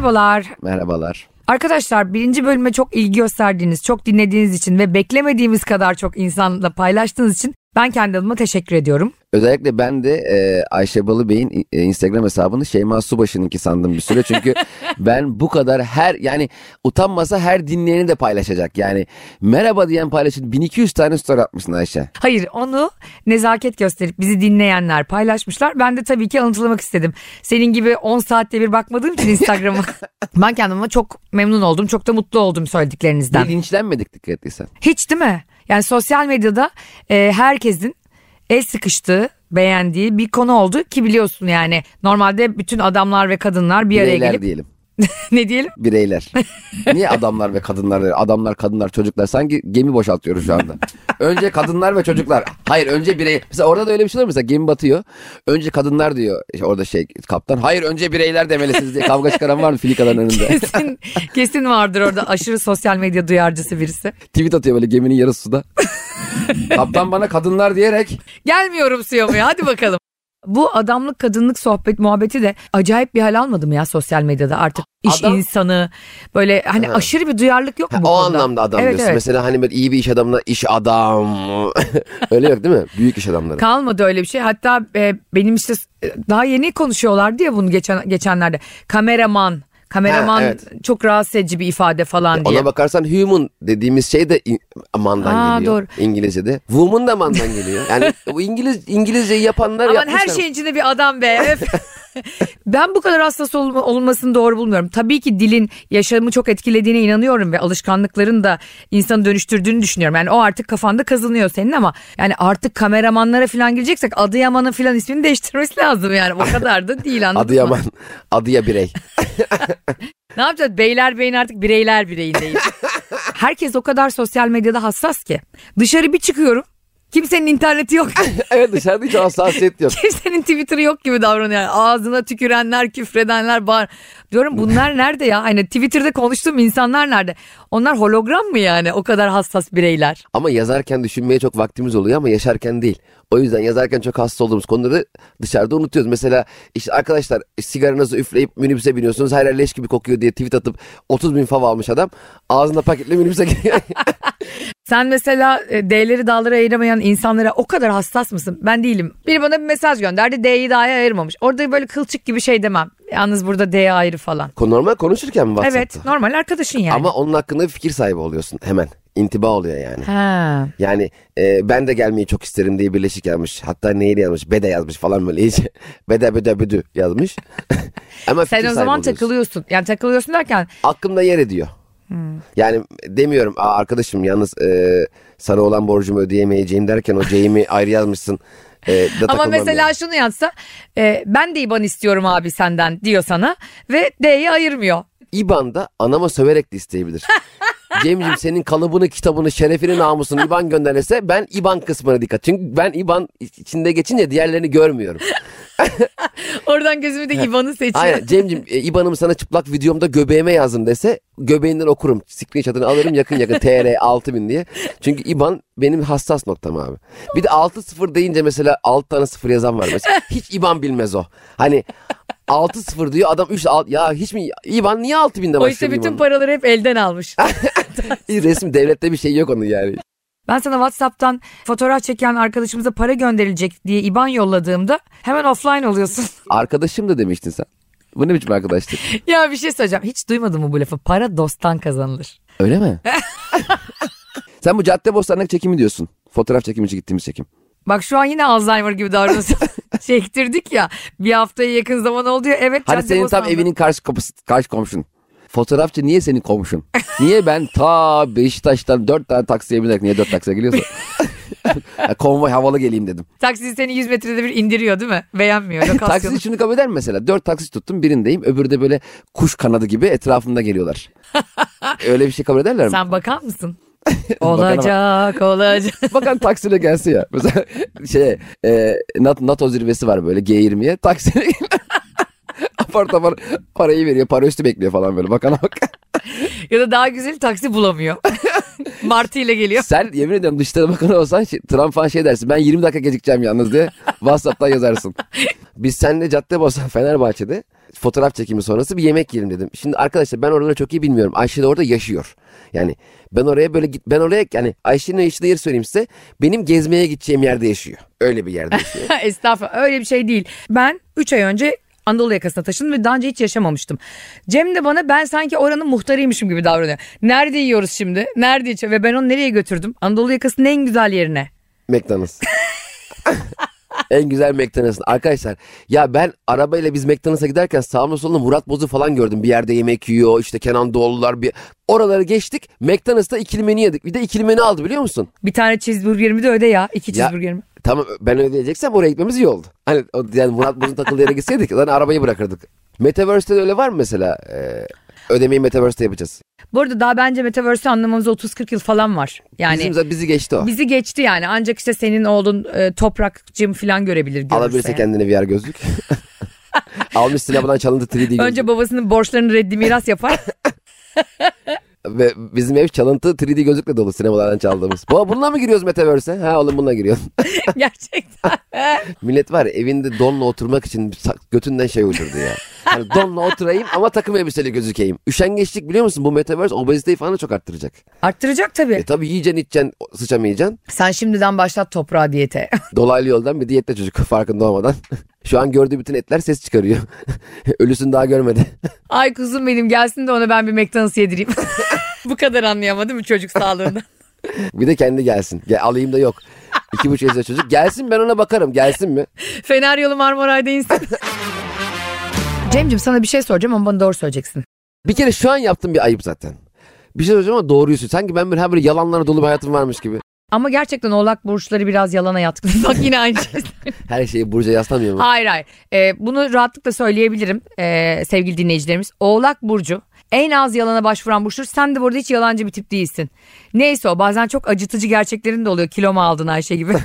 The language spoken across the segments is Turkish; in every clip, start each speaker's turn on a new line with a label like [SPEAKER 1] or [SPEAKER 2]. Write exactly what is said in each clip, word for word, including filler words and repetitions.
[SPEAKER 1] Merhabalar.
[SPEAKER 2] Merhabalar.
[SPEAKER 1] Arkadaşlar birinci bölüme çok ilgi gösterdiğiniz, çok dinlediğiniz için ve beklemediğimiz kadar çok insanla paylaştığınız için ben kendi adıma teşekkür ediyorum.
[SPEAKER 2] Özellikle ben de e, Ayşe Balıbey'in e, Instagram hesabını Şeyma Subaşı'nınki sandım bir süre. Çünkü ben bu kadar her yani utanmasa her dinleyeni de paylaşacak. Yani merhaba diyen paylaşın bin iki yüz tane story atmışsın Ayşe.
[SPEAKER 1] Hayır, onu nezaket gösterip bizi dinleyenler paylaşmışlar. Ben de tabii ki alıntılamak istedim. Senin gibi on saatte bir bakmadığım için Instagram'a ben kendime çok memnun oldum. Çok da mutlu oldum söylediklerinizden.
[SPEAKER 2] Ve linçlenmedik dikkat ettiysen.
[SPEAKER 1] Hiç değil mi? Yani sosyal medyada e, herkesin el sıkıştığı, beğendiği bir konu oldu ki biliyorsun yani normalde bütün adamlar ve kadınlar bir araya
[SPEAKER 2] Bireyler
[SPEAKER 1] gelip
[SPEAKER 2] diyelim.
[SPEAKER 1] ne diyelim?
[SPEAKER 2] Bireyler. Niye adamlar ve kadınlar? Adamlar, kadınlar, çocuklar. Sanki gemi boşaltıyoruz şu anda. Önce kadınlar ve çocuklar. Hayır, önce birey. Mesela orada da öyle bir şey olur. Mesela gemi batıyor. Önce kadınlar diyor. İşte orada şey kaptan. Hayır, önce bireyler demelisiniz diye kavga çıkaran var mı filikaların önünde?
[SPEAKER 1] Kesin, kesin vardır orada aşırı sosyal medya duyarcısı birisi.
[SPEAKER 2] Tweet atıyor böyle geminin yarısı suda. Kaptan bana kadınlar diyerek.
[SPEAKER 1] Gelmiyorum suya mı ya? Hadi bakalım. Bu adamlık kadınlık sohbet muhabbeti de acayip bir hal almadı mı ya sosyal medyada artık iş
[SPEAKER 2] Adam...
[SPEAKER 1] insanı böyle hani ha. aşırı bir duyarlılık yok mu
[SPEAKER 2] ha,
[SPEAKER 1] bu
[SPEAKER 2] o
[SPEAKER 1] konuda?
[SPEAKER 2] anlamda adam
[SPEAKER 1] evet,
[SPEAKER 2] diyorsun.
[SPEAKER 1] evet.
[SPEAKER 2] Mesela hani böyle iyi bir iş adamına iş adam öyle yok değil mi? Büyük iş adamları.
[SPEAKER 1] Kalmadı öyle bir şey. Hatta e, benim işte daha yeni konuşuyorlardı ya bunu geçen geçenlerde. Kameraman. Kameraman ha, evet. Çok rahatsız edici bir ifade falan
[SPEAKER 2] ya
[SPEAKER 1] diye.
[SPEAKER 2] Ona bakarsan human dediğimiz şey de mandan
[SPEAKER 1] Aa,
[SPEAKER 2] geliyor.
[SPEAKER 1] Doğru.
[SPEAKER 2] İngilizce'de. Woman da mandan geliyor. Yani bu İngiliz İngilizceyi yapanlar
[SPEAKER 1] Aman
[SPEAKER 2] yapmışlar.
[SPEAKER 1] her şeyin içinde bir adam be. Ben bu kadar hassas ol- olmasını doğru bulmuyorum. Tabii ki dilin yaşamı çok etkilediğine inanıyorum ve alışkanlıkların da insanı dönüştürdüğünü düşünüyorum. Yani o artık kafanda kazınıyor senin ama yani artık kameramanlara falan gireceksek Adıyaman'ın falan ismini değiştirmesi lazım yani. O kadar da değil, anladın
[SPEAKER 2] Adıyaman,
[SPEAKER 1] mı?
[SPEAKER 2] Adıya birey.
[SPEAKER 1] Ne yapacağız? Beyler beyin artık bireyler bireyindeyiz. Herkes o kadar sosyal medyada hassas ki. Dışarı bir çıkıyorum. Kimsenin interneti yok.
[SPEAKER 2] Evet, dışarıda hiç hassasiyet yok.
[SPEAKER 1] Kimsenin Twitter'ı yok gibi davranıyor. Yani ağzına tükürenler, küfredenler bağır. Diyorum bunlar nerede ya? Hani Twitter'da konuştuğum insanlar nerede? Onlar hologram mı yani? O kadar hassas bireyler.
[SPEAKER 2] Ama yazarken düşünmeye çok vaktimiz oluyor ama yaşarken değil. O yüzden yazarken çok hassas olduğumuz konuları dışarıda unutuyoruz. Mesela işte arkadaşlar sigaranızı üfleyip minibüse biniyorsunuz. Her yer leş gibi kokuyor diye tweet atıp otuz bin fav almış adam. Ağzında paketle minibüse giriyor.
[SPEAKER 1] Sen mesela D'leri dağlara ayıramayan insanlara o kadar hassas mısın? Ben değilim. Biri bana bir mesaj gönderdi. D'yi D'ye ayırmamış. Orada böyle kılçık gibi şey demem. Yalnız burada D'ye ayrı falan.
[SPEAKER 2] Normal konuşurken mi WhatsApp'ta?
[SPEAKER 1] Evet, normal arkadaşın yani.
[SPEAKER 2] Ama onun hakkında bir fikir sahibi oluyorsun hemen. İntiba oluyor yani.
[SPEAKER 1] Ha.
[SPEAKER 2] Yani e, ben de gelmeyi çok isterim diye birleşik yazmış. Hatta neyle yazmış? Bede yazmış falan böyle iyice. Bede bede bede yazmış. Ama
[SPEAKER 1] sen o zaman takılıyorsun. Yani takılıyorsun derken.
[SPEAKER 2] Aklımda yer ediyor. Hmm. Yani demiyorum arkadaşım yalnız e, sana olan borcumu ödeyemeyeceğim derken o C'imi ayrı yazmışsın. E,
[SPEAKER 1] Ama mesela yani. Şunu yazsa e, ben de İban istiyorum abi senden diyor sana ve D'yi ayırmıyor.
[SPEAKER 2] İban'da anama söverek de isteyebilir. Cemciğim senin kalıbını, kitabını, şerefini, namusunu İban gönderse ben İban kısmına dikkat. Çünkü ben İban içinde geçince diğerlerini görmüyorum.
[SPEAKER 1] Oradan gözümü de İban'ı seçiyor.
[SPEAKER 2] Aynen Cemciğim e, İban'ımı sana çıplak videomda göbeğime yazın dese göbeğinden okurum. Screenshot'ını alırım yakın yakın T R altı bin diye. Çünkü İban benim hassas noktam abi. Bir de altı sıfır deyince mesela altı tane sıfır yazan var mesela. Hiç İban bilmez o. Hani altı sıfır diyor adam üç ya hiç mi İban niye altı binde başlıyor?
[SPEAKER 1] O işte bütün İban'da? Paraları hep elden almış.
[SPEAKER 2] Resim devlette bir şey yok onun yani.
[SPEAKER 1] Ben sana WhatsApp'tan fotoğraf çeken arkadaşımıza para gönderilecek diye İban yolladığımda hemen offline oluyorsun.
[SPEAKER 2] Arkadaşım da demiştin sen. Bu ne biçim arkadaşlık?
[SPEAKER 1] Ya bir şey söyleyeceğim. Hiç duymadın mı bu lafı? Para dosttan kazanılır.
[SPEAKER 2] Öyle mi? Sen bu Caddebostan'daki çekimi diyorsun. Fotoğraf çekimi için gittiğimiz çekim.
[SPEAKER 1] Bak şu an yine Alzheimer gibi davranıyorsun. Çektirdik ya. Bir haftaya yakın zaman oldu ya. Evet.
[SPEAKER 2] Hani senin tam evinin karşı kapısı, karşı komşun. Fotoğrafçı niye senin komşun? Niye ben ta Beşiktaş'tan dört tane taksiye binerek niye dört taksiye geliyorsa? Konvoy havalı geleyim dedim.
[SPEAKER 1] Taksi seni yüz metrede bir indiriyor değil mi? Beğenmiyor.
[SPEAKER 2] Taksi şunu kabul eder mi mesela? Dört taksi tuttum birindeyim öbürü de böyle kuş kanadı gibi etrafımda geliyorlar. Öyle bir şey kabul ederler mi?
[SPEAKER 1] Sen bakar mısın? Olacak olacak.
[SPEAKER 2] Bakan taksiyle gelse ya. Mesela şey e, NATO zirvesi var böyle G yirmiye taksiyle apar topar parayı veriyor. Para üstü bekliyor falan böyle. Bakana bak.
[SPEAKER 1] Ya da daha güzel taksi bulamıyor. Martı ile geliyor.
[SPEAKER 2] Sen yemin ediyorum Dışişleri Bakanı olsan şey, Trump falan şey dersin. Ben yirmi dakika gecikeceğim yalnız diye WhatsApp'tan yazarsın. Biz seninle Caddebostan Fenerbahçe'de fotoğraf çekimi sonrası bir yemek yiyelim dedim. Şimdi arkadaşlar ben oraları çok iyi bilmiyorum. Ayşe de orada yaşıyor. Yani ben oraya böyle git ben oraya yani Ayşe'nin yaşadığı yeri söyleyeyim size. Benim gezmeye gideceğim yerde yaşıyor. Öyle bir yerde yaşıyor.
[SPEAKER 1] Estağfurullah, öyle bir şey değil. Ben üç ay önce Anadolu yakasına taşındım ve daha önce hiç yaşamamıştım. Cem de bana ben sanki oranın muhtarıymışım gibi davranıyor. Nerede yiyoruz şimdi? Nerede içiyor? Ve ben onu nereye götürdüm? Anadolu yakasının en güzel yerine.
[SPEAKER 2] McDonald's. En güzel McDonald's. Arkadaşlar ya ben arabayla biz McDonald's'a giderken sağımda solumda Murat Boz'u falan gördüm. Bir yerde yemek yiyor, işte Kenan Doğulular. Bir... Oraları geçtik. McDonald's'ta ikili menü yedik. Bir de ikili menü aldı biliyor musun?
[SPEAKER 1] Bir tane cheeseburgerimi de öde ya. İki
[SPEAKER 2] Ya,
[SPEAKER 1] cheeseburgerimi.
[SPEAKER 2] Tamam ben ödeyeceksem oraya gitmemiz iyi oldu. Hani o- yani Murat Boz'un takıldığı yere gitseydik zaten arabayı bırakırdık. Metaverse'te de öyle var mı mesela? Ee, ödemeyi Metaverse'te yapacağız.
[SPEAKER 1] Bu arada daha bence Metaverse'ü anlamamıza otuz kırk yıl falan var. Yani
[SPEAKER 2] Bizim zaten bizi geçti o.
[SPEAKER 1] bizi geçti yani. Ancak işte senin oğlun e, Toprakcığım falan görebilir, görürse.
[SPEAKER 2] Alabilirse kendine V R gözlük. Almış sinemadan çalıntı üç D gözlük.
[SPEAKER 1] Önce babasının borçlarını reddi miras yapar.
[SPEAKER 2] Ve bizim ev çalıntı üç D gözlükle dolu sinemalardan çaldığımız. Bu bununla mı giriyoruz Metaverse'e? Ha oğlum bununla giriyoruz.
[SPEAKER 1] Gerçekten.
[SPEAKER 2] Millet var ya evinde donla oturmak için götünden şey uydurdu ya. Hani donla oturayım ama takım elbiseli gözükeyim. Üşengeçlik biliyor musun? Bu Metaverse obeziteyi falan da çok arttıracak.
[SPEAKER 1] Arttıracak tabii.
[SPEAKER 2] E tabii yiyeceksin içeceksin sıçamayacaksın.
[SPEAKER 1] Sen şimdiden başlat toprağa diyete.
[SPEAKER 2] Dolaylı yoldan bir diyette çocuk farkında olmadan. Şu an gördüğü bütün etler ses çıkarıyor. Ölüsünü daha görmedi.
[SPEAKER 1] Ay kuzum benim, gelsin de ona ben bir McDonald's yedireyim. Bu kadar anlayamadım mı çocuk sağlığında?
[SPEAKER 2] Bir de kendi gelsin. Gel, alayım da yok. İki buçuk yaşında çocuk. Gelsin ben ona bakarım. Gelsin mi?
[SPEAKER 1] Fener yolu Marmaray'da insin. Cem'ciğim sana bir şey soracağım ama bana doğru söyleyeceksin.
[SPEAKER 2] Bir kere şu an yaptığım bir ayıp zaten. Bir şey söyleyeceğim ama doğruyu söyle. Sanki ben böyle, ha böyle yalanlara dolu bir hayatım varmış gibi.
[SPEAKER 1] Ama gerçekten oğlak burçları biraz yalana yatkın. Bak yine aynı şey.
[SPEAKER 2] Her şeyi burca yaslamıyor mu?
[SPEAKER 1] Hayır hayır. Ee, bunu rahatlıkla söyleyebilirim ee, sevgili dinleyicilerimiz. Oğlak burcu en az yalana başvuran burçtur. Sen de burada hiç yalancı bir tip değilsin. Neyse o bazen çok acıtıcı gerçeklerin de oluyor. Kilo mu aldın Ayşe gibi.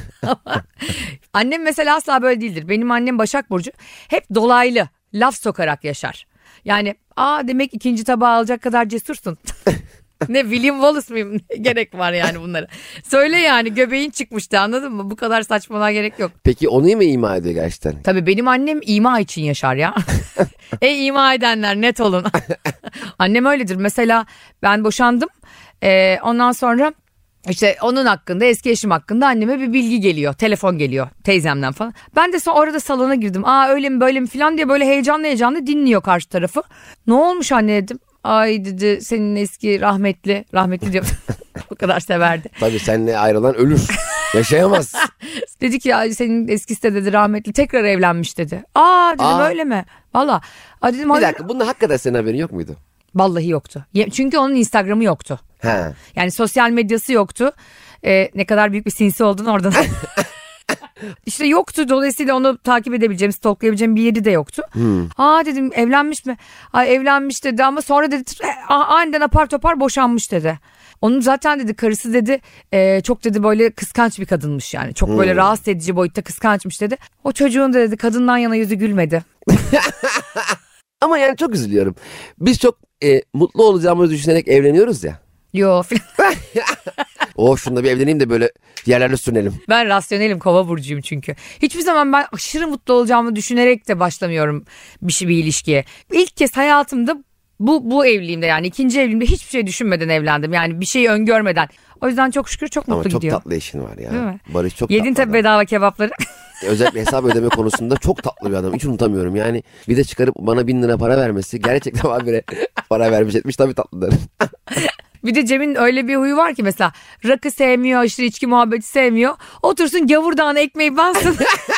[SPEAKER 1] Annem mesela asla böyle değildir. Benim annem Başak burcu. Hep dolaylı laf sokarak yaşar. Yani aa demek ikinci tabağı alacak kadar cesursun. Ne William Wallace mıyım? Ne gerek var yani bunlara? Söyle yani göbeğin çıkmıştı, anladın mı? Bu kadar saçmalığa gerek yok.
[SPEAKER 2] Peki onu mu ima ediyor gerçekten?
[SPEAKER 1] Tabii benim annem ima için yaşar ya. Ey ima edenler net olun. Annem öyledir. Mesela ben boşandım. Ee, ondan sonra işte onun hakkında, eski eşim hakkında anneme bir bilgi geliyor. Telefon geliyor teyzemden falan. Ben de sonra orada salona girdim. Aa öyle mi böyle mi falan diye böyle heyecanlı heyecanlı dinliyor karşı tarafı. Ne olmuş anne dedim. Ay dedi senin eski rahmetli, rahmetli diyorum. Bu kadar severdi.
[SPEAKER 2] Tabii seninle ayrılan ölür. Yaşayamaz.
[SPEAKER 1] Dedi ki ya senin eskisi de dedi rahmetli tekrar evlenmiş dedi. Aa dedim
[SPEAKER 2] Aa.
[SPEAKER 1] öyle mi? Valla. Aa, dedim,
[SPEAKER 2] Bir
[SPEAKER 1] hayır.
[SPEAKER 2] dakika bunda hakikaten senin haberin yok muydu?
[SPEAKER 1] Vallahi yoktu. Ye- Çünkü onun Instagram'ı yoktu.
[SPEAKER 2] Ha.
[SPEAKER 1] Yani sosyal medyası yoktu. Ee, ne kadar büyük bir sinsi olduğunu oradan. İşte yoktu, dolayısıyla onu takip edebileceğim, stalklayabileceğim bir yeri de yoktu.
[SPEAKER 2] Hmm.
[SPEAKER 1] Aa dedim evlenmiş mi? Ay evlenmiş dedi ama sonra dedi a- aniden apar topar boşanmış dedi. Onun zaten dedi karısı dedi e, çok dedi böyle kıskanç bir kadınmış yani. Çok böyle
[SPEAKER 2] Hmm.
[SPEAKER 1] rahatsız edici boyutta kıskançmış dedi. O çocuğun da dedi kadından yana yüzü gülmedi.
[SPEAKER 2] Ama yani çok üzülüyorum. Biz çok e, mutlu olacağımızı düşünerek evleniyoruz ya.
[SPEAKER 1] Yo filan.
[SPEAKER 2] Oh şunda bir evleneyim de böyle yerlerde sürünelim.
[SPEAKER 1] Ben rasyonelim, kova burcuyum çünkü. Hiçbir zaman ben aşırı mutlu olacağımı düşünerek de başlamıyorum bir şey, bir ilişkiye. İlk kez hayatımda bu bu evliliğimde, yani ikinci evliliğimde hiçbir şey düşünmeden evlendim. Yani bir şeyi öngörmeden. O yüzden çok şükür çok
[SPEAKER 2] Ama
[SPEAKER 1] mutlu
[SPEAKER 2] çok
[SPEAKER 1] gidiyor.
[SPEAKER 2] tatlı eşin var ya.
[SPEAKER 1] Değil mi?
[SPEAKER 2] Barış çok
[SPEAKER 1] Yedin
[SPEAKER 2] tatlı
[SPEAKER 1] tabii
[SPEAKER 2] adam.
[SPEAKER 1] bedava kebapları.
[SPEAKER 2] Özellikle hesap ödeme konusunda çok tatlı bir adam. Hiç unutamıyorum. Yani bir de çıkarıp bana bin lira para vermesi. Gerçekten habire para vermiş etmiş, tabii tatlıdır.
[SPEAKER 1] Bir de Cem'in öyle bir huyu var ki mesela rakı sevmiyor, aşırı içki muhabbeti sevmiyor. Otursun gavurdağına ekmeği bansın.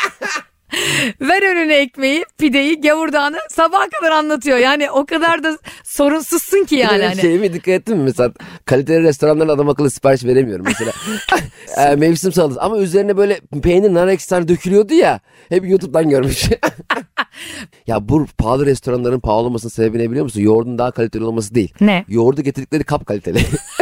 [SPEAKER 1] Ver önüne ekmeği, pideyi, gavurdağını sabaha kadar anlatıyor. Yani o kadar da sorunsuzsun ki yani. Hani.
[SPEAKER 2] Şey mi dikkat ettin mi? Mesela kaliteli restoranlarda adam akıllı sipariş veremiyorum. Mesela e, mevsim salatası ama üzerine böyle peynir, nar ekşisi dökülüyordu ya. Hep YouTube'dan görmüş. Ya bu pahalı restoranların pahalı olmasının sebebi ne biliyor musun? Yoğurdun daha kaliteli olması değil.
[SPEAKER 1] Ne?
[SPEAKER 2] Yoğurdu getirdikleri kap kaliteli.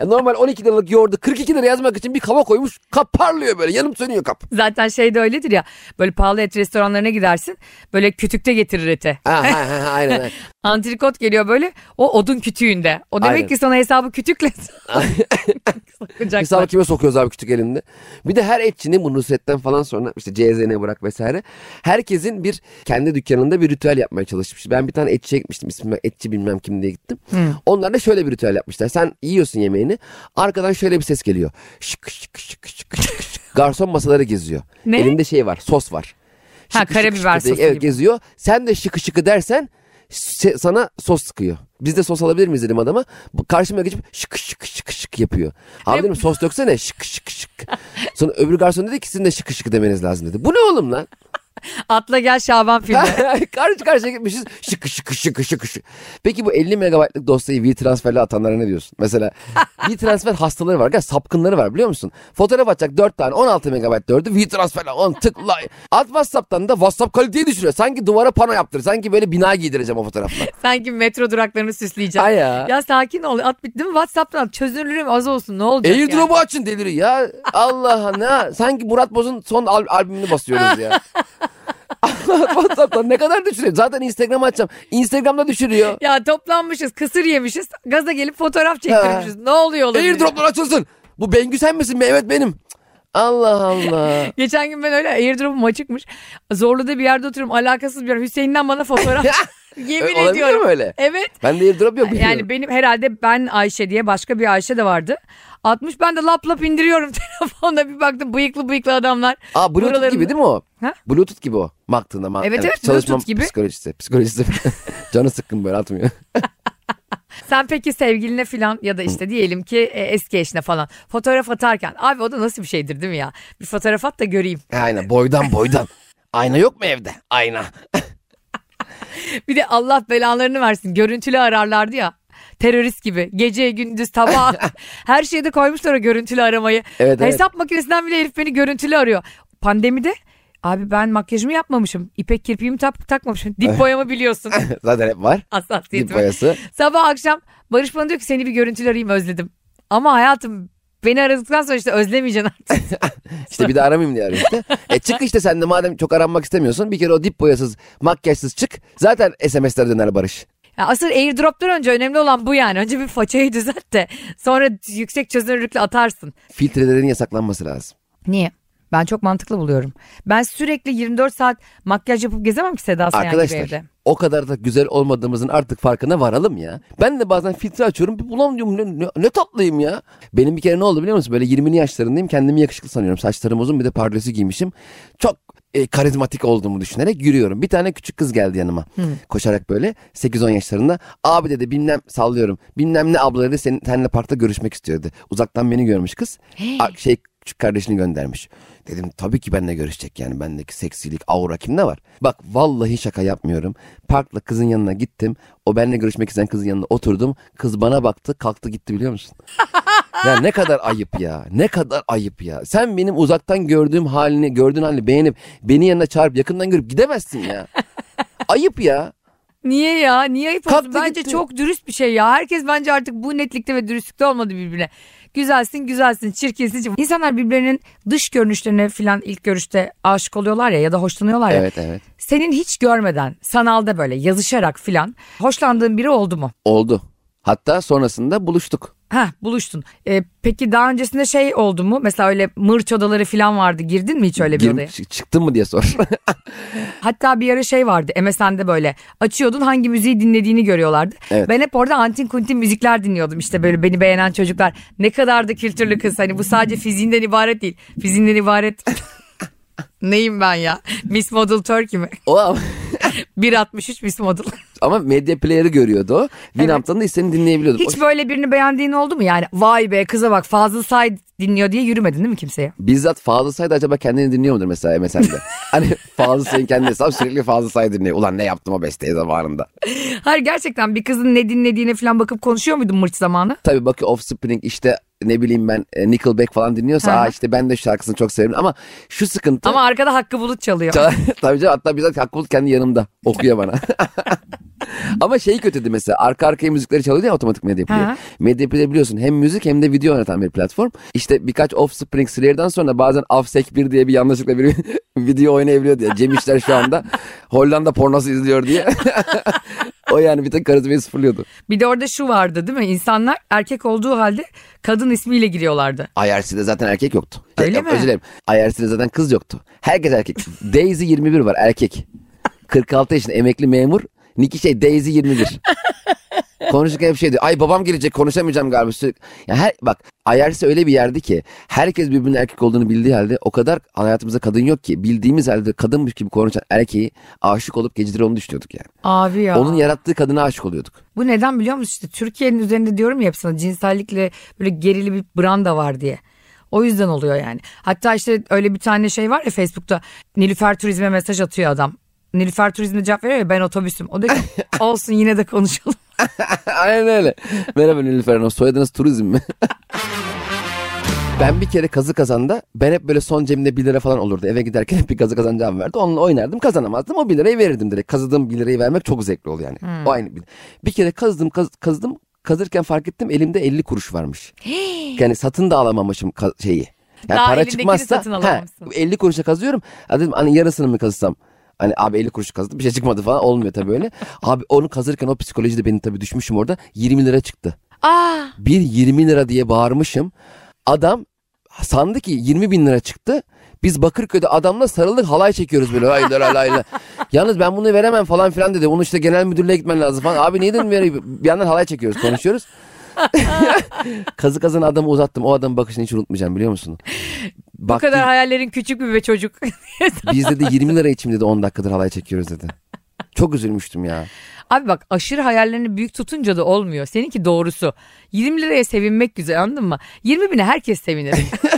[SPEAKER 2] Normal on iki liralık yoğurdu kırk iki lira yazmak için bir kaba koymuş. Kap parlıyor böyle, yanıp sönüyor kap.
[SPEAKER 1] Zaten şey de öyledir ya, böyle pahalı et restoranlarına gidersin, böyle kütükte getirir eti.
[SPEAKER 2] Ha, ha, ha, aynen aynen.
[SPEAKER 1] Antrikot geliyor böyle, o odun kütüğünde. O demek
[SPEAKER 2] Aynen.
[SPEAKER 1] ki sana hesabı kütükle sokacaklar.
[SPEAKER 2] Hesabı kime sokuyoruz abi kütük elinde. Bir de her etçinin bu Nusret'ten falan sonra işte C Z N bırak vesaire. Herkesin bir kendi dükkanında bir ritüel yapmaya çalışmış. Ben bir tane etçiye gitmiştim. İsmi etçi bilmem kim diye gittim. Hmm. Onlar da şöyle bir ritüel yapmışlar. Sen yiyorsun yemeğini. Arkadan şöyle bir ses geliyor. Şık şık şık şık şık şık. Garson masaları geziyor.
[SPEAKER 1] Ne?
[SPEAKER 2] Elinde şey var, sos var.
[SPEAKER 1] Ha,
[SPEAKER 2] şıkı
[SPEAKER 1] karabiber
[SPEAKER 2] şıkı diye,
[SPEAKER 1] sosu
[SPEAKER 2] evet,
[SPEAKER 1] gibi.
[SPEAKER 2] geziyor. Sen de şıkı şıkı dersen se- sana sos sıkıyor. Biz de sos alabilir miyiz dedim adama. Karşıma geçip şık şık şık şık yapıyor. Abi dedim sos döksene şık şık şık. Sonra öbür garson dedi ki sizin de şık şık demeniz lazım dedi. Bu ne oğlum lan?
[SPEAKER 1] Atla Gel Şaban filmi.
[SPEAKER 2] Karşı karşıya gitmişiz. Şıkı şıkı şıkı şıkı şıkı. Peki bu elli megabaytlık dosyayı WeTransfer'le atanlara ne diyorsun? Mesela WeTransfer hastaları var. Gel sapkınları var biliyor musun? Fotoğraf atacak dört tane on altı megabayt dördü WeTransfer'le on tıkla. At WhatsApp'tan da WhatsApp kaliteyi düşürüyor. Sanki duvara pano yaptırır. Sanki böyle bina giydireceğim o fotoğrafla.
[SPEAKER 1] Sanki metro duraklarını süsleyeceğim.
[SPEAKER 2] Ay ya.
[SPEAKER 1] Ya sakin ol. At bitti mi WhatsApp'tan çözünürlüğüm az olsun, ne olacak
[SPEAKER 2] Airdrop'u
[SPEAKER 1] yani?
[SPEAKER 2] açın deliri ya. Allah ne? Sanki Murat Boz'un son al- albümünü basıyoruz ya. WhatsApp'tan ne kadar düşürüyor? Zaten Instagram açacağım. Instagram'da düşürüyor.
[SPEAKER 1] Ya toplanmışız, kısır yemişiz, gaza gelip fotoğraf çektirmişiz. Ne oluyor olabilir?
[SPEAKER 2] Airdrop'lar açılsın. Bu Bengü sen misin mi? Evet benim. Allah Allah.
[SPEAKER 1] Geçen gün ben öyle airdrop'um açıkmış. Zorlu'da bir yerde oturuyorum, alakasız bir yer. Hüseyin'den bana fotoğraf. Yemin
[SPEAKER 2] Olabiliyor
[SPEAKER 1] ediyorum.
[SPEAKER 2] mu öyle?
[SPEAKER 1] Evet.
[SPEAKER 2] Ben de airdrop yok bilmiyorum.
[SPEAKER 1] Yani benim herhalde ben Ayşe diye başka bir Ayşe de vardı. Atmış, ben de lap lap indiriyorum telefonda, bir baktım bıyıklı bıyıklı adamlar.
[SPEAKER 2] Aa Bluetooth
[SPEAKER 1] Buralarında.
[SPEAKER 2] gibi değil mi o?
[SPEAKER 1] Ha?
[SPEAKER 2] Bluetooth gibi o. Baktığında. ma-
[SPEAKER 1] Evet, evet,
[SPEAKER 2] Çalışma
[SPEAKER 1] Bluetooth gibi.
[SPEAKER 2] Psikolojisi. Psikolojisi. Canı sıkkın böyle atmıyor.
[SPEAKER 1] Sen peki sevgiline falan ya da işte diyelim ki e, eski eşine falan fotoğraf atarken, abi o da nasıl bir şeydir değil mi ya? Bir fotoğraf at da göreyim.
[SPEAKER 2] Aynen boydan boydan. Ayna yok mu evde? Ayna.
[SPEAKER 1] Bir de Allah belalarını versin, görüntülü ararlardı ya. Terörist gibi gece gündüz sabah her şeyde koymuşlar o görüntülü aramayı.
[SPEAKER 2] Evet, evet.
[SPEAKER 1] Hesap makinesinden bile herif beni görüntülü arıyor. Pandemide abi ben makyajımı yapmamışım. İpek kirpiğimi tak takmamışım. Dip boyamı biliyorsun.
[SPEAKER 2] Zaten hep var. Dip
[SPEAKER 1] Hassasiyetimi.
[SPEAKER 2] boyası.
[SPEAKER 1] Sabah akşam Barış bana diyor ki seni bir görüntülü arayayım, özledim. Ama hayatım beni aradıktan sonra işte özlemeyeceksin artık.
[SPEAKER 2] İşte bir de aramayayım diye arıyor işte. E çık işte sen de madem çok aranmak istemiyorsun. Bir kere o dip boyasız, makyajsız çık. Zaten S M S'ler döner Barış.
[SPEAKER 1] Ya asıl airdrop'tan önce önemli olan bu yani. Önce bir façayı düzelt de sonra yüksek çözünürlükle atarsın.
[SPEAKER 2] Filtrelerin yasaklanması lazım.
[SPEAKER 1] Niye? Ben çok mantıklı buluyorum. Ben sürekli yirmi dört saat makyaj yapıp gezemem ki Seda Sayan gibi
[SPEAKER 2] Arkadaşlar
[SPEAKER 1] evde.
[SPEAKER 2] o kadar da güzel olmadığımızın artık farkına varalım ya. Ben de bazen filtre açıyorum. Bir ulan diyorum ne, ne, ne tatlıyım ya. Benim bir kere ne oldu biliyor musun? Böyle yirmili yaşlarındayım. Kendimi yakışıklı sanıyorum. Saçlarım uzun, bir de pardösü giymişim. Çok e, karizmatik olduğumu düşünerek yürüyorum. Bir tane küçük kız geldi yanıma. Hmm. Koşarak böyle sekiz on yaşlarında. Abi dedi bilmem sallıyorum. Bilmem ne abla dedi senin, seninle parkta görüşmek istiyordu. Uzaktan beni görmüş kız. A, şey küçük kardeşini göndermiş. Dedim tabii ki benimle görüşecek yani, bendeki seksilik, aura kimde var? Bak vallahi şaka yapmıyorum. Parkla kızın yanına gittim. O benimle görüşmek isteyen kızın yanına oturdum. Kız bana baktı, kalktı gitti biliyor musun? Ya ne kadar ayıp ya. Ne kadar ayıp ya. Sen benim uzaktan gördüğüm halini, gördüğün halini beğenip beni yanına çağırıp yakından görüp gidemezsin ya. Ayıp ya.
[SPEAKER 1] Niye ya? Niye ayıp olsun?
[SPEAKER 2] Kalktı
[SPEAKER 1] Bence
[SPEAKER 2] gitti.
[SPEAKER 1] çok dürüst bir şey ya. Herkes bence artık bu netlikte ve dürüstlükte olmadı birbirine. Güzelsin, güzelsin, çirkinsin. İnsanlar birbirlerinin dış görünüşlerine falan ilk görüşte aşık oluyorlar ya ya da hoşlanıyorlar ya.
[SPEAKER 2] Evet evet.
[SPEAKER 1] Senin hiç görmeden sanalda böyle yazışarak falan hoşlandığın biri oldu mu?
[SPEAKER 2] Oldu. Hatta sonrasında buluştuk.
[SPEAKER 1] Heh, buluştun. Ee, peki daha öncesinde şey oldu mu? Mesela öyle mırç odaları falan vardı. Girdin mi hiç öyle bir
[SPEAKER 2] Girip
[SPEAKER 1] odaya?
[SPEAKER 2] çı- çıktın mı diye sor.
[SPEAKER 1] Hatta bir ara şey vardı. M S N'de böyle açıyordun, hangi müziği dinlediğini görüyorlardı.
[SPEAKER 2] Evet.
[SPEAKER 1] Ben hep orada antin kuntin müzikler dinliyordum. İşte böyle beni beğenen çocuklar. Ne kadar da kültürlü kız. Hani bu sadece fiziğinden ibaret değil. Fiziğinden ibaret. Neyim ben ya? Miss Model Turkey mi?
[SPEAKER 2] O ama,
[SPEAKER 1] bir altmış üç Miss Model.
[SPEAKER 2] ama medya player'ı görüyordu o. Winamp'tan da istediğini dinleyebiliyordum.
[SPEAKER 1] Hiç böyle birini beğendiğin oldu mu? Yani vay be kıza bak Fazıl Say dinliyor diye yürümedin değil mi kimseye?
[SPEAKER 2] Bizzat Fazıl Say da acaba kendini dinliyor mudur mesela M S N'de? Hani Fazıl Say'ın kendi hesabı sürekli Fazıl Say dinliyor. Ulan ne yaptım o besteyi zamanında.
[SPEAKER 1] Hayır, gerçekten bir kızın ne dinlediğine falan bakıp konuşuyor muydun mırç zamanı?
[SPEAKER 2] Tabii bakıyor Offspring işte ne bileyim ben e, Nickelback falan dinliyorsa
[SPEAKER 1] Hı hı.
[SPEAKER 2] aa işte ben de şu şarkısını çok severim ama şu sıkıntı.
[SPEAKER 1] Ama arkada Hakkı Bulut çalıyor.
[SPEAKER 2] Tabii canım, hatta bizzat Hakkı Bulut kendi yanımda okuyor bana. Ama şey kötüydü mesela, arka arkaya müzikleri çalıyordu ya otomatik Medya Player.
[SPEAKER 1] Ha.
[SPEAKER 2] Medya Player biliyorsun hem müzik hem de video yöneten bir platform. İşte birkaç Offspring Slayer'dan sonra bazen Afsek bir diye bir yanlışlıkla bir video oynayabiliyor diye. Cem İşler şu anda Hollanda pornosu izliyor diye. O yani bir tek karizmayı sıfırlıyordu.
[SPEAKER 1] Bir de orada şu vardı değil mi? İnsanlar erkek olduğu halde kadın ismiyle giriyorlardı.
[SPEAKER 2] I R C'de zaten erkek yoktu.
[SPEAKER 1] Öyle
[SPEAKER 2] ya,
[SPEAKER 1] mi?
[SPEAKER 2] Özür dilerim. I R C'de zaten kız yoktu. Herkes erkek. Daisy yirmi bir var erkek. kırk altı yaşında emekli memur. Niki şey Daisy yirmi bir. Konuşurken hep şey diyor. Ay babam gelecek konuşamayacağım galiba. Yani her, bak I R C öyle bir yerdi ki herkes birbirinin erkek olduğunu bildiği halde o kadar hayatımızda kadın yok ki. Bildiğimiz halde kadınmış gibi konuşan erkeği aşık olup geceleri onu düşünüyorduk yani.
[SPEAKER 1] Abi ya.
[SPEAKER 2] Onun yarattığı kadına aşık oluyorduk.
[SPEAKER 1] Bu neden biliyor musun? İşte Türkiye'nin üzerinde diyorum ya hep sana cinsellikle böyle gerili bir branda var diye. O yüzden oluyor yani. Hatta işte öyle bir tane şey var ya Facebook'ta Nilüfer Turizm'e mesaj atıyor adam. Nilüfer Turizm'e cevap veriyor ya ben otobüsüm. O da ki olsun yine de konuşalım.
[SPEAKER 2] Aynen öyle. Merhaba Nilüfer Hanım, soyadınız Turizm mi? Ben bir kere kazı kazanda ben hep böyle son cebimde bir lira falan olurdu. Eve giderken hep bir kazı kazanacağım vardı. Onunla oynardım, kazanamazdım. O bir lirayı verirdim direkt. Kazıdığım bir lirayı vermek çok zevkli oluyor yani. Hmm. O aynı bir. Bir kere kazdım kaz, kazdım. Kazırken fark ettim elimde elli kuruş varmış. Yani satın da alamamışım ka- şeyi. Yani
[SPEAKER 1] daha
[SPEAKER 2] para çıkmazsa he, elli kuruşa kazıyorum. Dedim hani yarısını mı kazısam? Hani abi elli kuruş kazdım bir şey çıkmadı falan, olmuyor tabii öyle. Abi onu kazırken o psikolojide benim tabii düşmüşüm orada, yirmi lira çıktı.
[SPEAKER 1] Aa.
[SPEAKER 2] Bir yirmi lira diye bağırmışım. Adam sandı ki yirmi bin lira çıktı. Biz Bakırköy'de adamla sarıldık, halay çekiyoruz böyle. Haydi halayla. Yalnız ben bunu veremem falan filan dedi. Onu işte genel müdürlüğe gitmen lazım falan. Abi neyden vereyim? Bir yandan halay çekiyoruz, konuşuyoruz. Kazı kazan adamı uzattım. O adamın bakışını hiç unutmayacağım, biliyor musun?
[SPEAKER 1] Bu
[SPEAKER 2] Baktı,
[SPEAKER 1] kadar hayallerin küçük mü be çocuk?
[SPEAKER 2] biz dedi yirmi lira için dedi on dakikadır halay çekiyoruz dedi. Çok üzülmüştüm ya.
[SPEAKER 1] Abi bak aşırı hayallerini büyük tutunca da olmuyor. Seninki doğrusu. yirmi liraya sevinmek güzel, anladın mı? yirmi bine herkes sevinir.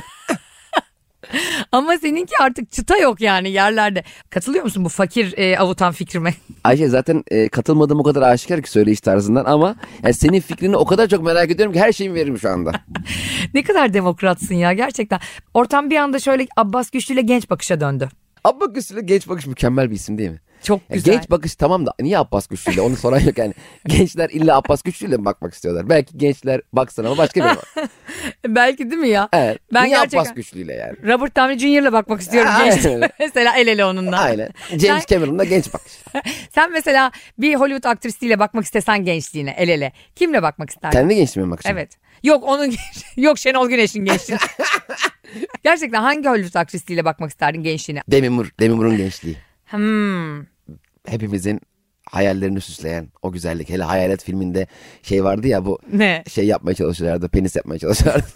[SPEAKER 1] Ama seninki artık çıta yok yani yerlerde. Katılıyor musun bu fakir e, avutan fikrime?
[SPEAKER 2] Ayşe zaten e, katılmadığım o kadar aşikar ki söyleyiş tarzından, ama yani senin fikrini o kadar çok merak ediyorum ki her şeyimi veririm şu anda.
[SPEAKER 1] Ne kadar demokratsın ya gerçekten. Ortam bir anda şöyle Abbas Güçlü ile Genç Bakış'a döndü.
[SPEAKER 2] Abbas Güçlü ile Genç Bakış mükemmel bir isim değil mi?
[SPEAKER 1] Çok
[SPEAKER 2] ya
[SPEAKER 1] güzel.
[SPEAKER 2] Genç Bakış tamam da niye Abbas Güçlü ile, onu soran yok yani. Gençler illa Abbas Güçlü ile mi bakmak istiyorlar? Belki gençler baksana ama başka biri var.
[SPEAKER 1] Belki değil mi ya?
[SPEAKER 2] Evet.
[SPEAKER 1] Ben
[SPEAKER 2] niye
[SPEAKER 1] gerçekten
[SPEAKER 2] Abbas Güçlü ile yani?
[SPEAKER 1] Robert Downey Junior'la bakmak istiyorum gençler. Mesela el ele onunla.
[SPEAKER 2] Aynen. James
[SPEAKER 1] Sen...
[SPEAKER 2] Cameron'la Genç Bakış.
[SPEAKER 1] Sen mesela bir Hollywood aktrisiyle bakmak istesen gençliğine el ele. Kimle bakmak isterdin?
[SPEAKER 2] Kendi gençliğime bakacağım.
[SPEAKER 1] Evet. Yok onun yok Şenol Güneş'in gençliği. Gerçekten hangi Hollywood aktrisiyle bakmak isterdin gençliğine?
[SPEAKER 2] Demi Moore. Demi Moore'un gençliği.
[SPEAKER 1] Hmm.
[SPEAKER 2] Hepimizin hayallerini süsleyen o güzellik. Hele Hayalet filminde şey vardı ya, bu
[SPEAKER 1] ne?
[SPEAKER 2] Şey yapmaya çalışıyorlardı. Penis yapmaya çalışıyorlardı.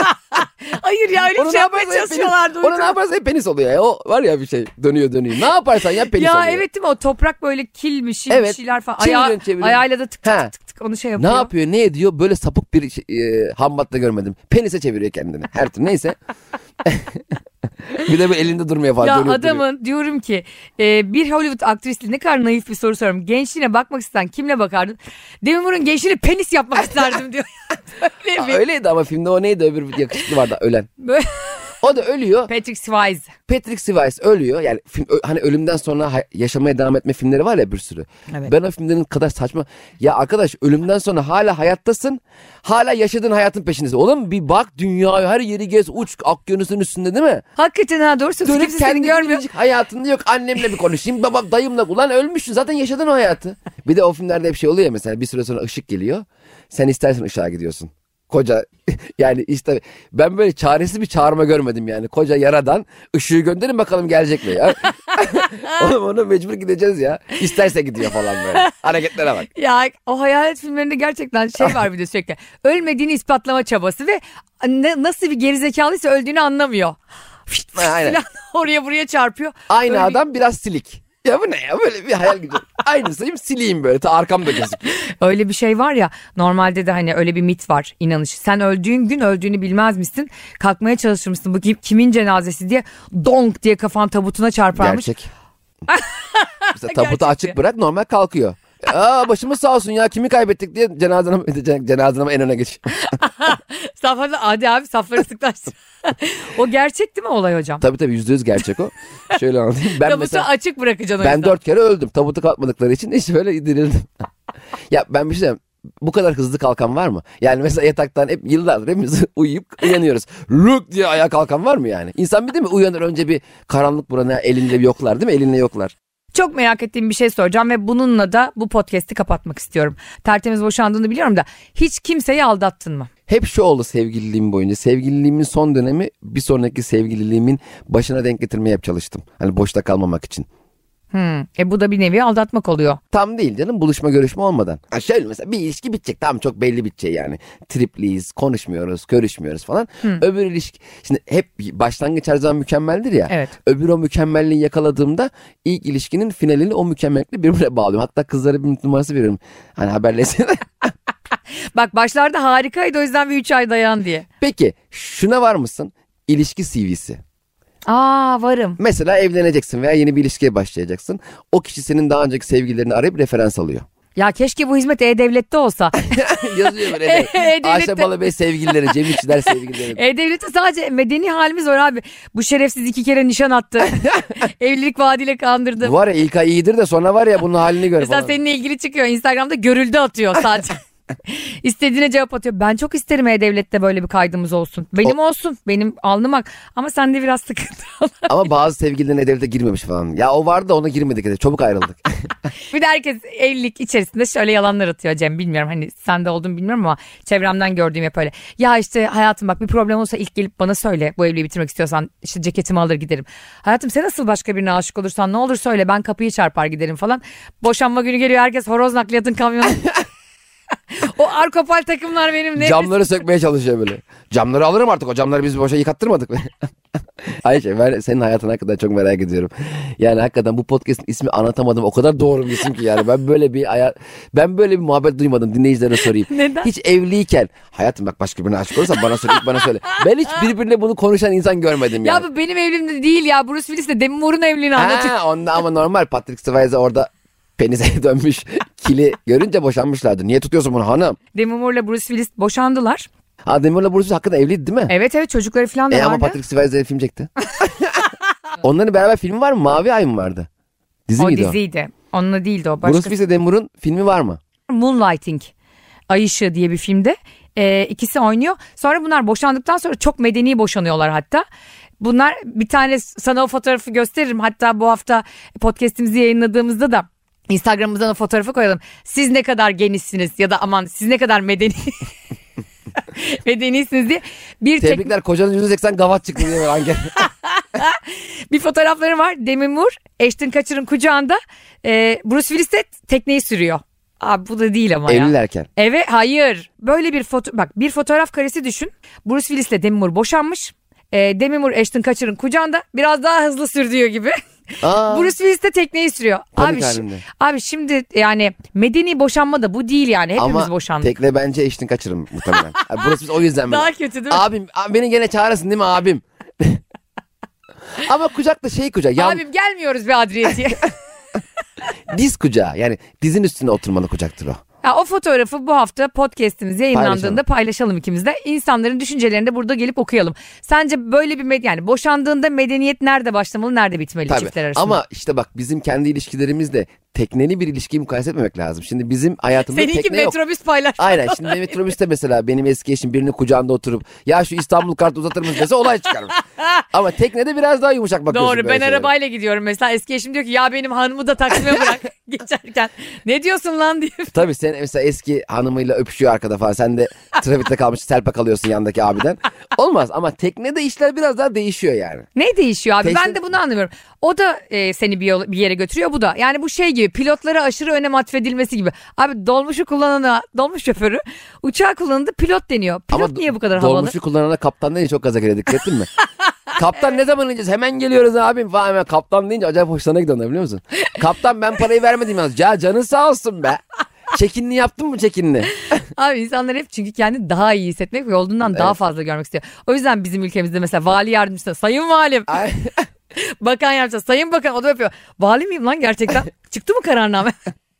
[SPEAKER 1] Hayır ya öyle bir şey yapmaya çalışıyorlardı.
[SPEAKER 2] Onu ne yaparsan hep penis oluyor ya. O var ya bir şey dönüyor dönüyor. Ne yaparsan ya penis
[SPEAKER 1] ya
[SPEAKER 2] oluyor.
[SPEAKER 1] Ya evet değil mi, o toprak böyle kilmiş evet. Bir şeyler falan.
[SPEAKER 2] Çeviriyorsun, çeviriyorsun.
[SPEAKER 1] Ayağıyla da tık tık, tık tık onu şey yapıyor.
[SPEAKER 2] Ne yapıyor ne ediyor, böyle sapık bir şey, e, hambatta görmedim. Penise çeviriyor kendini. Her türlü neyse. Bir de bu elinde durmuyor falan.
[SPEAKER 1] Ya adamın duruyor. Diyorum ki e, bir Hollywood aktrisi, ne kadar naif bir soru soruyorum. Gençliğine bakmak istersen kimle bakardın? Demi Moore'un gençliğine penis yapmak isterdim diyor.
[SPEAKER 2] Öyle bir... Öyleydi ama filmde o neydi, öbür yakışıklı vardı ölen.
[SPEAKER 1] Böyle...
[SPEAKER 2] O da ölüyor.
[SPEAKER 1] Patrick Swayze.
[SPEAKER 2] Patrick Swayze ölüyor. Yani film, hani ölümden sonra hay- yaşamaya devam etme filmleri var ya bir sürü. Evet. Ben o filmlerin kadar saçma. Ya arkadaş, ölümden sonra hala hayattasın. Hala yaşadığın hayatın peşindesin. Oğlum bir bak dünyaya, her yeri gez, uç, Okyanus'un üstünde değil mi?
[SPEAKER 1] Hakikaten ha, doğru söylüyorsun.
[SPEAKER 2] Dönüp kendi görmüyor. Hayatında yok, annemle bir konuşayım, babam dayımla. Ulan ölmüşsün zaten, yaşadın o hayatı. Bir de o filmlerde hep şey oluyor ya, mesela bir süre sonra ışık geliyor. Sen istersen ışığa gidiyorsun. Koca yani işte ben böyle çaresiz bir çağırma görmedim yani. Koca yaradan ışığı gönderin bakalım gelecek mi ya? Oğlum ona mecbur gideceğiz ya. İsterse gidiyor falan böyle. Hareketlere bak.
[SPEAKER 1] Ya o hayalet filmlerinde gerçekten şey var bir de sürekli. Ölmediğini ispatlama çabası ve ne, nasıl bir gerizekalıysa öldüğünü anlamıyor. Aynen. Oraya buraya çarpıyor.
[SPEAKER 2] Aynı
[SPEAKER 1] Öyle
[SPEAKER 2] adam bir... biraz silik. Ya bu ne ya, böyle bir hayal gücü. Aynısıyım, sileyim böyle, ta arkamda gözüküyor.
[SPEAKER 1] Öyle bir şey var ya, normalde de hani öyle bir mit var, inanış. Sen öldüğün gün öldüğünü bilmez misin? Kalkmaya çalışır mısın? Bu kimin cenazesi diye donk diye kafan tabutuna çarparmış.
[SPEAKER 2] Gerçek. Mesela tabutu açık bırak, normal kalkıyor. Aa başımız sağ olsun ya kimi kaybettik diye cenazeme, cenazeme en öne geç.
[SPEAKER 1] Safları hadi abi safları sıklaştır. O gerçek değil mi olay hocam?
[SPEAKER 2] Tabii tabii yüzde yüz gerçek o. Şöyle anlatayım. Ben
[SPEAKER 1] Tabutu
[SPEAKER 2] mesela,
[SPEAKER 1] açık bırakacaksın o
[SPEAKER 2] ben
[SPEAKER 1] yüzden.
[SPEAKER 2] dört kere öldüm. Tabutu kalkmadıkları için işte böyle dirildim. Ya ben bir şey diyeyim. Bu kadar hızlı kalkan var mı? Yani mesela yataktan hep yıllardır hepimiz uyuyup uyanıyoruz. Ruk diye ayağa kalkan var mı yani? İnsan bir değil mi uyanır önce bir karanlık buranı elinde bir yoklar değil mi? Elinle yoklar.
[SPEAKER 1] Çok merak ettiğim bir şey soracağım ve bununla da bu podcast'i kapatmak istiyorum. Tertemiz boşandığını biliyorum da hiç kimseyi aldattın mı?
[SPEAKER 2] Hep şu oldu sevgililiğim boyunca. Sevgililiğimin son dönemi bir sonraki sevgililiğimin başına denk getirmeye hep çalıştım. Hani boşta kalmamak için.
[SPEAKER 1] Hmm. E bu da bir nevi aldatmak oluyor.
[SPEAKER 2] Tam değil canım buluşma görüşme olmadan. Ha şöyle mesela bir ilişki bitecek tamam çok belli bitecek yani. Tripliyiz konuşmuyoruz görüşmüyoruz falan. Hmm. Öbür ilişki şimdi hep başlangıç her zaman mükemmeldir ya.
[SPEAKER 1] Evet.
[SPEAKER 2] Öbür o mükemmelliği yakaladığımda ilk ilişkinin finalini o mükemmellikle birbirine bağlıyorum. Hatta kızlara bir numarası veriyorum. Hani haberleşsene.
[SPEAKER 1] Bak başlarda harikaydı o yüzden bir üç ay dayan diye.
[SPEAKER 2] Peki şuna var mısın? İlişki C V'si.
[SPEAKER 1] Aa varım.
[SPEAKER 2] Mesela evleneceksin veya yeni bir ilişkiye başlayacaksın. O kişi senin daha önceki sevgililerini arayıp referans alıyor.
[SPEAKER 1] Ya keşke bu hizmet E-Devlet'te olsa.
[SPEAKER 2] Yazıyor böyle. E-Devlet'te. Ayşe Balıbey sevgilileri, Cem İşçiler sevgilileri.
[SPEAKER 1] E-Devlet'te sadece medeni halimiz var abi. Bu şerefsiz iki kere nişan attı. Evlilik vaadiyle kandırdı.
[SPEAKER 2] Var ya ilk ay iyidir de sonra var ya bunun halini gör
[SPEAKER 1] Mesela
[SPEAKER 2] falan.
[SPEAKER 1] seninle ilgili çıkıyor. Instagram'da görüldü atıyor sadece. İstediğine cevap atıyor. Ben çok isterim E-Devlet'te böyle bir kaydımız olsun. Benim o... olsun. Benim alnımak. Ama sende biraz sıkıntı olur.
[SPEAKER 2] Ama bazı sevgililerin E-Devlet'e girmemiş falan. Ya o vardı da ona girmedik. De. Çabuk ayrıldık.
[SPEAKER 1] Bir de herkes evlilik içerisinde şöyle yalanlar atıyor Cem. Bilmiyorum hani sende olduğunu bilmiyorum ama çevremden gördüğüm hep öyle. Ya işte hayatım bak bir problem olsa ilk gelip bana söyle. Bu evliliği bitirmek istiyorsan işte ceketimi alır giderim. Hayatım sen nasıl başka birine aşık olursan ne olur söyle. Ben kapıyı çarpar giderim falan. Boşanma günü geliyor herkes horoz nakliyatın kamyonu. O arkopal takımlar benim ne?
[SPEAKER 2] Camları sökmeye çalışıyor böyle. Camları alırım artık o camları biz boşa yıkattırmadık. Ayşe ben senin hayatını hakikaten çok merak ediyorum. Yani hakikaten bu podcast'in ismi anlatamadım o kadar doğru bir isim ki yani. Ben böyle bir hayat, ben böyle bir muhabbet duymadım dinleyicilere sorayım.
[SPEAKER 1] Neden?
[SPEAKER 2] Hiç evliyken hayatım bak başka birine aşık olursan bana söyle bana söyle. Ben hiç birbirine bunu konuşan insan görmedim yani.
[SPEAKER 1] Ya bu benim evliliğimde değil ya Bruce Willis'le Demi Moore'un evliliğini anlatıyor.
[SPEAKER 2] Ha, onda ama normal Patrick Swayze orada penise dönmüş kili görünce boşanmışlardı. Niye tutuyorsun bunu hanım?
[SPEAKER 1] Demi Moore'la Bruce Willis boşandılar.
[SPEAKER 2] Ha Demi Moore'la Bruce Willis hakikaten evliydi değil mi?
[SPEAKER 1] Evet evet çocukları falan da
[SPEAKER 2] e,
[SPEAKER 1] vardı.
[SPEAKER 2] Ama Patrick Swayze film çekti. Onların beraber filmi var mı? Mavi Ay mı vardı? Dizi
[SPEAKER 1] o
[SPEAKER 2] miydi
[SPEAKER 1] diziydi. O? Onunla değildi o. Başka...
[SPEAKER 2] Bruce Willis ile Demi Moore'un filmi var mı?
[SPEAKER 1] Moonlighting. Ay Işığı diye bir filmde. Ee, ikisi oynuyor. Sonra bunlar boşandıktan sonra çok medeni boşanıyorlar hatta. Bunlar bir tane sana o fotoğrafı gösteririm. Hatta bu hafta podcast'imizi yayınladığımızda da Instagram'ımızdan o fotoğrafı koyalım. Siz ne kadar genişsiniz ya da aman siz ne kadar medeni medenisiniz diye. Bir
[SPEAKER 2] Tebrikler tek... kocanın yüzde seksen gavat çıktı diye hangi?
[SPEAKER 1] Bir fotoğrafları var. Demi Moore, Ashton Kutcher'ın kucağında e, Bruce Willis de tekneyi sürüyor. Abi bu da değil ama ya.
[SPEAKER 2] Evlilerken.
[SPEAKER 1] Evet hayır. Böyle bir foto bak bir fotoğraf karesi düşün. Bruce Willis ile Demi Moore boşanmış. E, Demi Moore Ashton Kutcher'ın kucağında biraz daha hızlı sürdüğü gibi. Bruce Willis de tekneyi sürüyor. Abi, abi şimdi yani medeni boşanma da bu değil yani. Hepimiz
[SPEAKER 2] ama
[SPEAKER 1] boşandık.
[SPEAKER 2] Ama tekne bence Ashton Kutcher'ın muhtemelen. Bruce Willis o yüzden.
[SPEAKER 1] Daha kötü değil mi?
[SPEAKER 2] Abim, abim beni gene çağırırsın değil mi abim? Ama kucak da şey kucak. Yan...
[SPEAKER 1] Abim gelmiyoruz be Adriyeti'ye.
[SPEAKER 2] Diz kucağı yani dizin üstüne oturmalı kucaktır o.
[SPEAKER 1] Ya o fotoğrafı bu hafta podcast'imiz yayınlandığında paylaşalım. paylaşalım ikimiz de. İnsanların düşüncelerini de burada gelip okuyalım. Sence böyle bir med yani boşandığında medeniyet nerede başlamalı, nerede bitmeli
[SPEAKER 2] Tabii.
[SPEAKER 1] çiftler arasında?
[SPEAKER 2] Ama işte bak bizim kendi ilişkilerimizde tekneli bir ilişkiyi mukayese etmemek lazım. Şimdi bizim hayatımızda
[SPEAKER 1] seninki
[SPEAKER 2] tekne yok.
[SPEAKER 1] metrobüs paylaşmak.
[SPEAKER 2] Aynen şimdi metrobüste mesela benim eski eşim birinin kucağında oturup ya şu İstanbul kartı uzatır mısın dese olay çıkarmış. Ama teknede biraz daha yumuşak bakıyorsun.
[SPEAKER 1] Doğru ben şeylere. Arabayla gidiyorum mesela eski eşim diyor ki ya benim hanımı da taksime bırak geçerken. Ne diyorsun lan diye.
[SPEAKER 2] Tabii sen mesela eski hanımıyla öpüşüyor arkada falan. Sen de trafikte kalmış selpak alıyorsun yandaki abiden. Olmaz ama teknede işler biraz daha değişiyor yani.
[SPEAKER 1] Ne değişiyor abi?
[SPEAKER 2] Teşhir...
[SPEAKER 1] Ben de bunu anlamıyorum. O da e, seni bir, yol, bir yere götürüyor bu da. Yani bu şey gibi pilotlara aşırı önem atfedilmesi gibi. Abi dolmuşu kullanana dolmuş şoförü uçağı kullanında pilot deniyor. Pilot ama niye bu kadar havalı?
[SPEAKER 2] Dolmuşu kullanana kaptan deyince çok gaza geliyor dikkat ettin mi? Kaptan ne zaman ineceğiz? Hemen geliyoruz abim falan. Hemen kaptan deyince acayip hoşlarına gidiyor biliyor musun? Kaptan ben parayı vermedim yalnız. Ya canın sağ olsun be. Çekinli yaptın mı çekinli? Abi
[SPEAKER 1] insanlar hep çünkü kendini daha iyi hissetmek ve olduğundan evet. daha fazla görmek istiyor. O yüzden bizim ülkemizde mesela vali yardımcısı sayın valim. Bakan yardımcısı sayın bakan o da yapıyor. Vali miyim lan gerçekten? Çıktı mı kararname?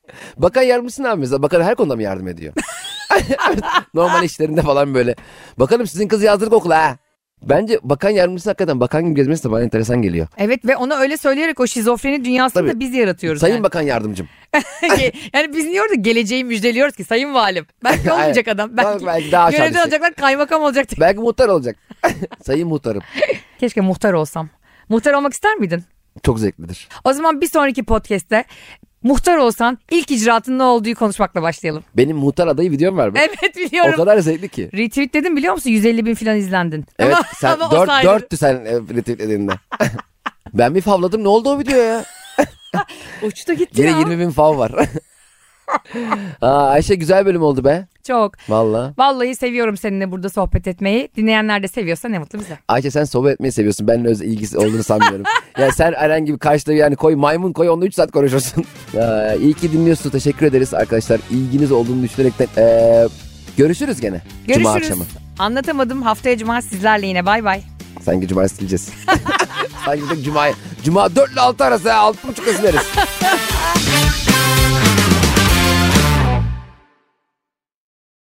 [SPEAKER 2] Bakan yardımcısı ne yapıyor mesela? Bakan her konuda mı yardım ediyor? Normal işlerinde falan böyle. Bakanım sizin kızı yazdırdık okula ha. Bence bakan yardımcısı hakikaten bakan gibi gezmesi de bana enteresan geliyor.
[SPEAKER 1] Evet ve ona öyle söyleyerek o şizofreni dünyasını
[SPEAKER 2] Tabii.
[SPEAKER 1] da biz yaratıyoruz.
[SPEAKER 2] Sayın
[SPEAKER 1] yani.
[SPEAKER 2] Bakan Yardımcım.
[SPEAKER 1] Yani biz niye orada geleceği müjdeliyoruz ki sayın valim. Belki olmayacak adam. Belki,
[SPEAKER 2] belki daha aşağı
[SPEAKER 1] yönetici
[SPEAKER 2] düşecek.
[SPEAKER 1] olacaklar, kaymakam olacak.
[SPEAKER 2] Belki muhtar olacak. Sayın muhtarım.
[SPEAKER 1] Keşke muhtar olsam. Muhtar olmak ister miydin?
[SPEAKER 2] Çok zevklidir.
[SPEAKER 1] O zaman bir sonraki podcast'te muhtar olsan ilk icraatın ne olduğu konuşmakla başlayalım.
[SPEAKER 2] Benim muhtar adayı videom var mı?
[SPEAKER 1] Evet biliyorum.
[SPEAKER 2] O kadar zevkli ki.
[SPEAKER 1] Retweetledim biliyor musun? yüz elli bin falan izlendin.
[SPEAKER 2] Evet
[SPEAKER 1] ama,
[SPEAKER 2] sen
[SPEAKER 1] ama
[SPEAKER 2] dört,
[SPEAKER 1] saydı.
[SPEAKER 2] dörttü sen e, retweetlediğinde. Ben bir favladım, ne oldu o video ya?
[SPEAKER 1] Uçtu gitti
[SPEAKER 2] Yine
[SPEAKER 1] ya.
[SPEAKER 2] yirmi bin fav var. Aa, Ayşe güzel bölüm oldu be.
[SPEAKER 1] Çok.
[SPEAKER 2] Valla.
[SPEAKER 1] Vallahi seviyorum seninle burada sohbet etmeyi. Dinleyenler de seviyorsa ne mutlu bize.
[SPEAKER 2] Ayşe sen sohbet etmeyi seviyorsun. Benimle özel ilgisi olduğunu sanmıyorum. Yani sen herhangi bir karşıda yani koy maymun koy onunla üç saat konuşursun. Aa, iyi ki dinliyorsun. Teşekkür ederiz arkadaşlar. İlginiz olduğunu düşünerekten. Ee, görüşürüz gene.
[SPEAKER 1] Görüşürüz.
[SPEAKER 2] Cuma akşamı.
[SPEAKER 1] Anlatamadım. Haftaya cuma sizlerle yine. Bay bay.
[SPEAKER 2] Sanki cumartesi diyeceğiz. Sanki de cuma, cuma dört ile altı arası altı buçuk arası veririz.